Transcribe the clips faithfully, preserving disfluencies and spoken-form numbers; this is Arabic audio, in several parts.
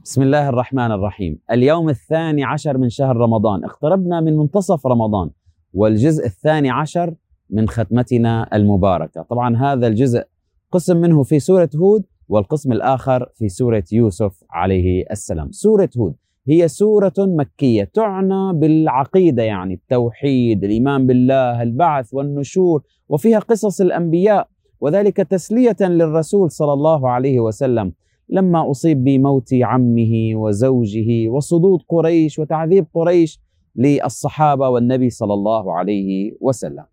بسم الله الرحمن الرحيم. اليوم الثاني عشر من شهر رمضان، اقتربنا من منتصف رمضان والجزء الثاني عشر من ختمتنا المباركة. طبعا هذا الجزء قسم منه في سورة هود والقسم الآخر في سورة يوسف عليه السلام. سورة هود هي سورة مكية تعنى بالعقيدة، يعني التوحيد، الإيمان بالله، البعث والنشور، وفيها قصص الأنبياء، وذلك تسلية للرسول صلى الله عليه وسلم لما أصيب بموت عمه وزوجه وصدود قريش وتعذيب قريش للصحابة والنبي صلى الله عليه وسلم.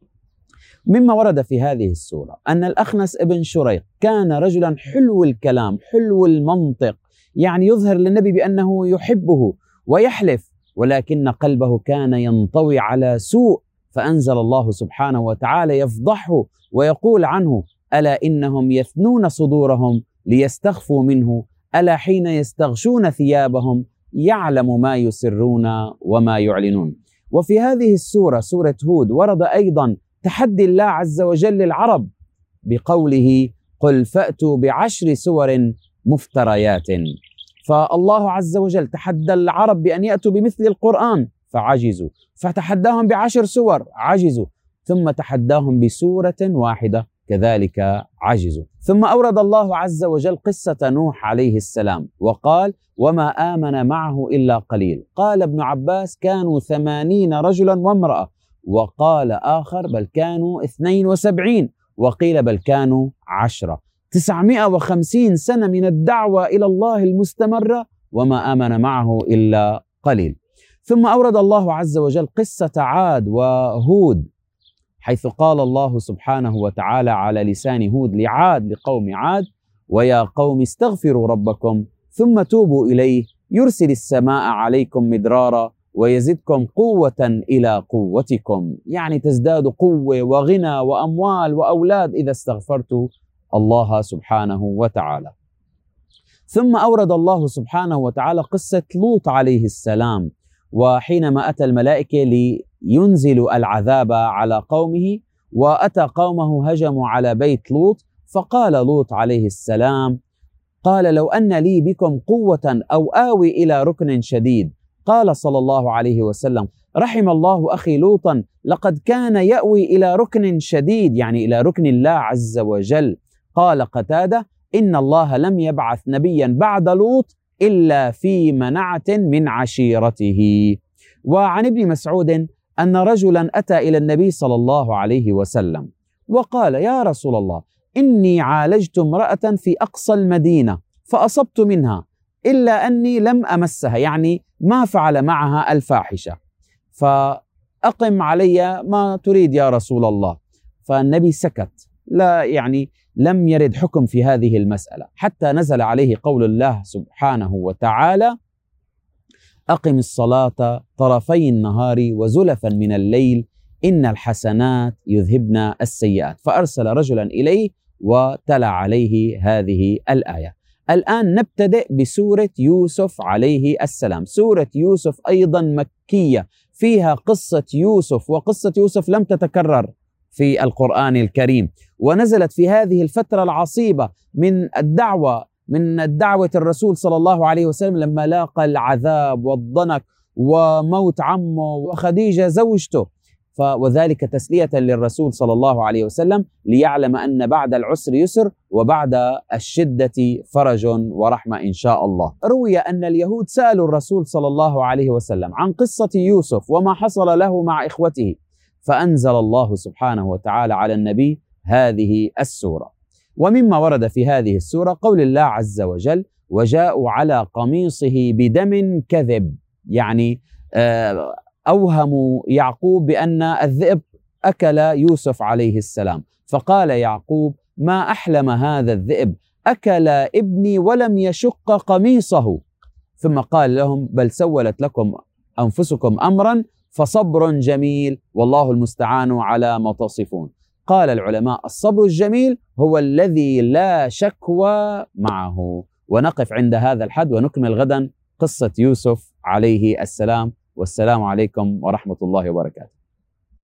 مما ورد في هذه السورة أن الأخنس ابن شريق كان رجلا حلو الكلام حلو المنطق، يعني يظهر للنبي بأنه يحبه ويحلف، ولكن قلبه كان ينطوي على سوء، فأنزل الله سبحانه وتعالى يفضحه ويقول عنه: ألا إنهم يثنون صدورهم ليستخفوا منه، ألا حين يستغشون ثيابهم يعلم ما يسرون وما يعلنون. وفي هذه السورة سورة هود ورد أيضا تحدي الله عز وجل للعرب بقوله: قل فأتوا بعشر سور مفتريات. فالله عز وجل تحدى العرب بأن يأتوا بمثل القرآن فعجزوا، فتحداهم بعشر سور عجزوا، ثم تحداهم بسورة واحدة كذلك عجزوا. ثم أورد الله عز وجل قصة نوح عليه السلام وقال: وما آمن معه إلا قليل. قال ابن عباس: كانوا ثمانين رجلا وامرأة، وقال آخر: بل كانوا اثنين وسبعين، وقيل بل كانوا عشرة. تسعمائة وخمسين سنة من الدعوة إلى الله المستمرة وما آمن معه إلا قليل. ثم أورد الله عز وجل قصة عاد وهود، حيث قال الله سبحانه وتعالى على لسان هود لعاد لقوم عاد: ويا قوم استغفروا ربكم ثم توبوا إليه يرسل السماء عليكم مدرارا ويزدكم قوة إلى قوتكم، يعني تزداد قوة وغنى وأموال وأولاد إذا استغفرتوا الله سبحانه وتعالى. ثم أورد الله سبحانه وتعالى قصة لوط عليه السلام، وحينما أتى الملائكة لينزلوا العذاب على قومه وأتى قومه هجموا على بيت لوط، فقال لوط عليه السلام: قال لو أن لي بكم قوة أو آوي إلى ركن شديد. قال صلى الله عليه وسلم: رحم الله أخي لوطا، لقد كان يأوي إلى ركن شديد، يعني إلى ركن الله عز وجل. قال قتادة: إن الله لم يبعث نبيا بعد لوط إلا في منعة من عشيرته. وعن ابن مسعود أن رجلا أتى إلى النبي صلى الله عليه وسلم وقال: يا رسول الله، إني عالجت امرأة في أقصى المدينة فأصبت منها إلا أني لم أمسها، يعني ما فعل معها الفاحشة، فأقم علي ما تريد يا رسول الله. فالنبي سكت، لا يعني لم يرد حكم في هذه المسألة، حتى نزل عليه قول الله سبحانه وتعالى: أقم الصلاة طرفي النهار وزلفا من الليل إن الحسنات يذهبن السيئات. فأرسل رجلا إليه وتلا عليه هذه الآية. الآن نبتدئ بسورة يوسف عليه السلام. سورة يوسف أيضا مكية، فيها قصة يوسف، وقصة يوسف لم تتكرر في القرآن الكريم، ونزلت في هذه الفترة العصيبة من الدعوة من الدعوة الرسول صلى الله عليه وسلم لما لاقى العذاب والضنك وموت عمه وخديجة زوجته، وذلك تسلية للرسول صلى الله عليه وسلم ليعلم أن بعد العسر يسر وبعد الشدة فرج ورحمة إن شاء الله. روي أن اليهود سألوا الرسول صلى الله عليه وسلم عن قصة يوسف وما حصل له مع إخوته، فأنزل الله سبحانه وتعالى على النبي هذه السورة. ومما ورد في هذه السورة قول الله عز وجل: وجاءوا على قميصه بدم كذب، يعني أوهموا يعقوب بأن الذئب أكل يوسف عليه السلام، فقال يعقوب: ما أحلم هذا الذئب، أكل ابني ولم يشق قميصه. ثم قال لهم: بل سولت لكم أنفسكم أمرا فصبر جميل والله المستعان على ما تصفون. قال العلماء: الصبر الجميل هو الذي لا شكوى معه. ونقف عند هذا الحد ونكمل غدا قصة يوسف عليه السلام، والسلام عليكم ورحمة الله وبركاته.